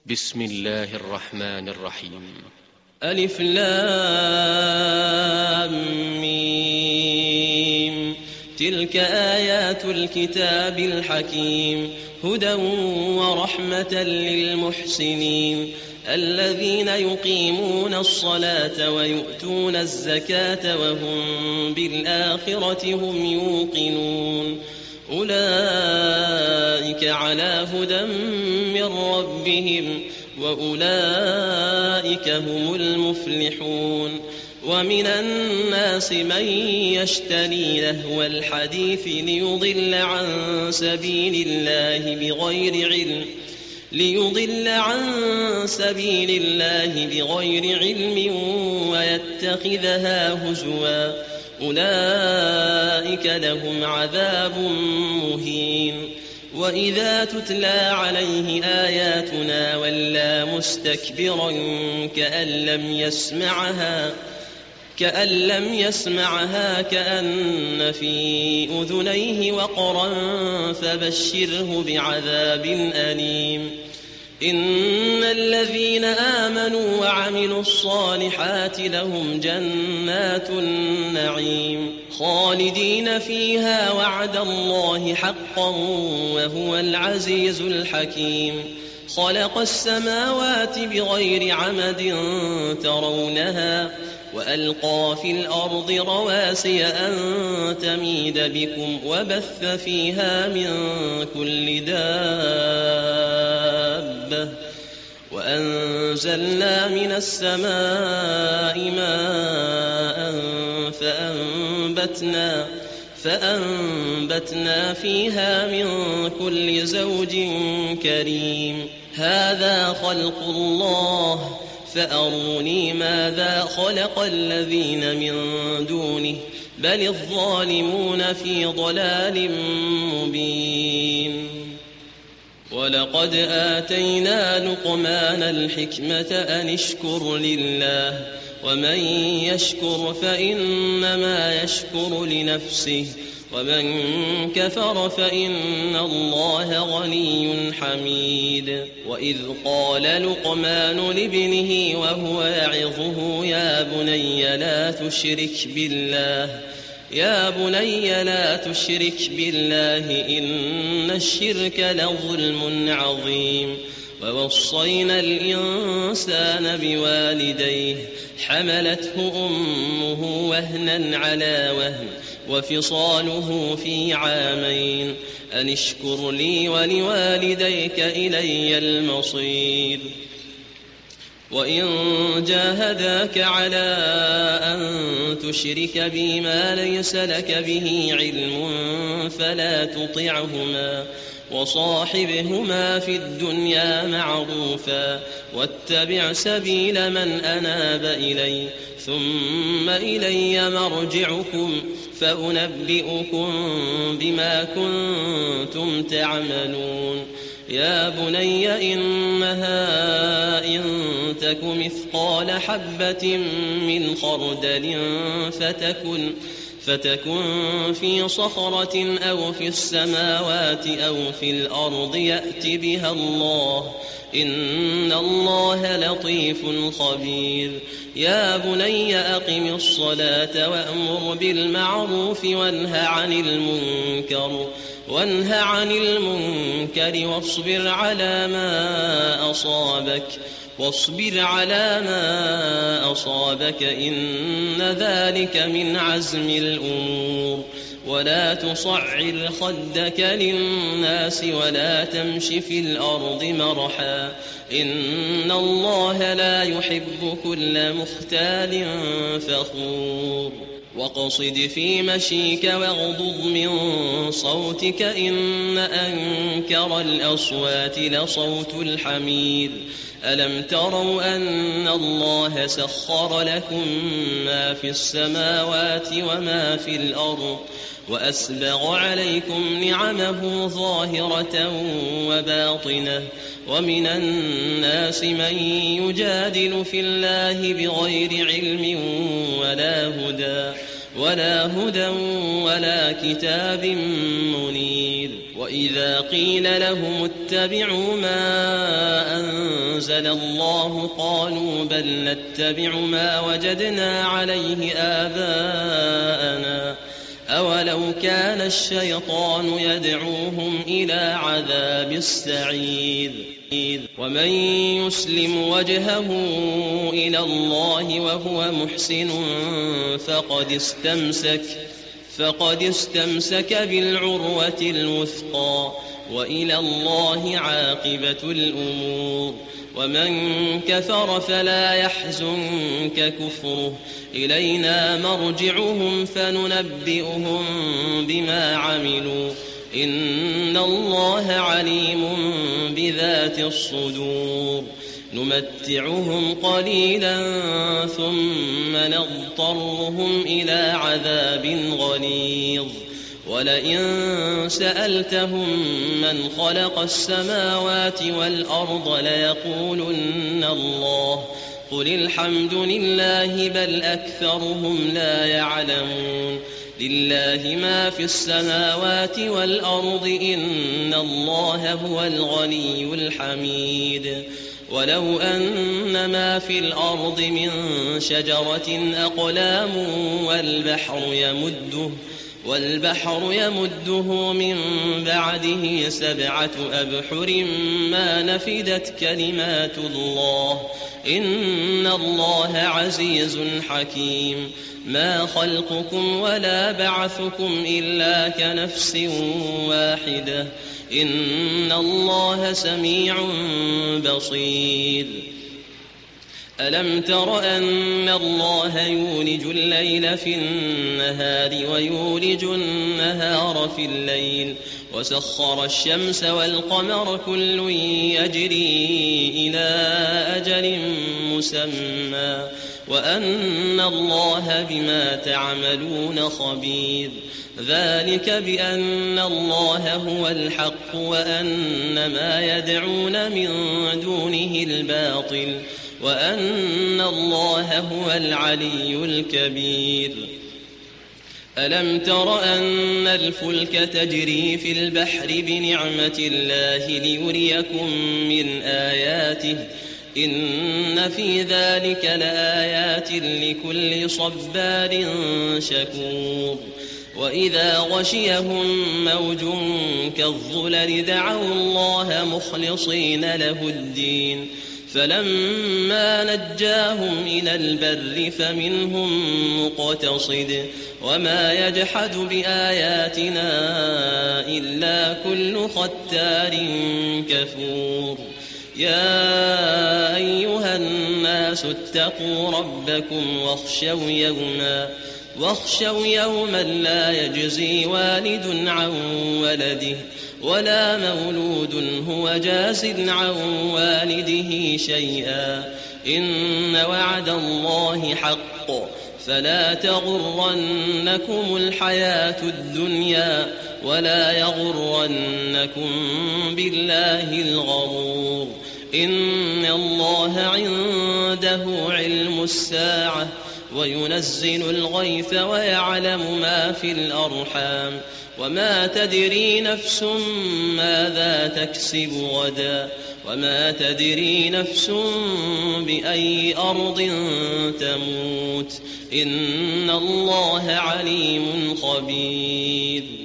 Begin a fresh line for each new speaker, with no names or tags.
بسم الله الرحمن الرحيم.
ألف لام ميم. تلك آيات الكتاب الحكيم، هدى ورحمة للمحسنين الذين يقيمون الصلاة ويؤتون الزكاة وهم بالآخرة هم يوقنون. أولئك على هدى من ربهم وأولئك هم المفلحون. ومن الناس من يشتري لهو الحديث ليضل عن سبيل الله بغير علم ويتخذها هزوا. أولئك لهم عذاب مهين. وإذا تتلى عليه آياتنا ولى مستكبرا كأن لم يسمعها كأن في أذنيه وقرا فبشره بعذاب أليم. إن الذين آمنوا وعملوا الصالحات لهم جنات النعيم خالدين فيها وعد الله حقا وهو العزيز الحكيم. خلق السماوات بغير عمد ترونها وألقى في الأرض رواسي أن تميد بكم وبث فيها من كل دابة وأنزلنا من السماء ماء فأنبتنا فيها من كل زوج كريم. هذا خلق الله فأروني ماذا خلق الذين من دونه بل الظالمون في ضلال مبين. ولقد آتينا لقمان الحكمة أن اشكر لله ومن يشكر فإنما يشكر لنفسه ومن كفر فإن الله غني حميد. وإذ قال لقمان لابنه وهو يعظه يا بني لا تشرك بالله إن الشرك لظلم عظيم. ووصينا الإنسان بوالديه حملته أمه وهنا على وهن وفصاله في عامين أن اشكر لي ولوالديك إلي المصير. وإن جاهداك على أن تشرك بي ما ليس لك به علم فلا تطعهما وصاحبهما في الدنيا معروفا واتبع سبيل من أناب إلي ثم إلي مرجعكم فأنبئكم بما كنتم تعملون. يا بني إنها إن تك مثقال حبة من خردل فتكن في صخرة أو في السماوات أو في الأرض يأت بها الله إن الله لطيف خبير. يا بني أقم الصلاة وأمر بالمعروف وانه عن المنكر واصبر على ما أصابك إن ذلك من عزم الأمور. ولا تصعر خدك للناس ولا تمش في الأرض مرحا إن الله لا يحب كل مختال فخور. واقصد في مشيك واغضض من صوتك إن أنكر الأصوات لصوت الحمير. ألم تروا أن الله سخر لكم ما في السماوات وما في الأرض وأسبغ عليكم نعمه ظاهرة وباطنة ومن الناس من يجادل في الله بغير علم ولا هدى ولا كتاب منير. وإذا قيل لهم اتبعوا ما أنزل الله قالوا بل نتبع ما وجدنا عليه آباءنا أولو كان الشيطان يدعوهم إلى عذاب السعير ومن يسلم وجهه إلى الله وهو محسن فقد استمسك بالعروة الوثقى وإلى الله عاقبة الأمور ومن كفر فلا يحزنك كفره إلينا مرجعهم فننبئهم بما عملوا إن الله عليم بذات الصدور نمتعهم قليلا ثم نضطرهم إلى عذاب غليظ ولئن سألتهم من خلق السماوات والأرض ليقولن الله قل الحمد لله بل أكثرهم لا يعلمون لله ما في السماوات والأرض إن الله هو الغني الحميد ولو أن ما في الأرض من شجرة أقلام والبحر يمده من بعده 7 أبحر ما نفدت كلمات الله إن الله عزيز حكيم ما خلقكم ولا بعثكم إلا كنفس واحدة إن الله سميع بصير ألم تر أن الله يولج الليل في النهار ويولج النهار في الليل وسخر الشمس والقمر كل يجري إلى أجل مسمى وأن الله بما تعملون خبير ذلك بأن الله هو الحق وأن ما يدعون من دونه الباطل وأن الله هو العلي الكبير ألم تر أن الفلك تجري في البحر بنعمة الله ليريكم من آياته إن في ذلك لآيات لكل صبار شكور وإذا غشيهم موج كالظلل دعوا الله مخلصين له الدين فلما نجاهم إلى البر فمنهم مقتصد وما يجحد بآياتنا إلا كل ختار كفور يا أيها الناس اتقوا ربكم واخشوا يوما لا يجزي والد عن ولده ولا مولود هو جاز عن والده شيئا إن وعد الله حق فلا تغرنكم الحياة الدنيا ولا يغرنكم بالله الغرور إن الله عنده علم الساعة وينزل الغيث ويعلم ما في الأرحام وما تدري نفس ماذا تكسب غدا وما تدري نفس بأي أرض تموت إن الله عليم خبير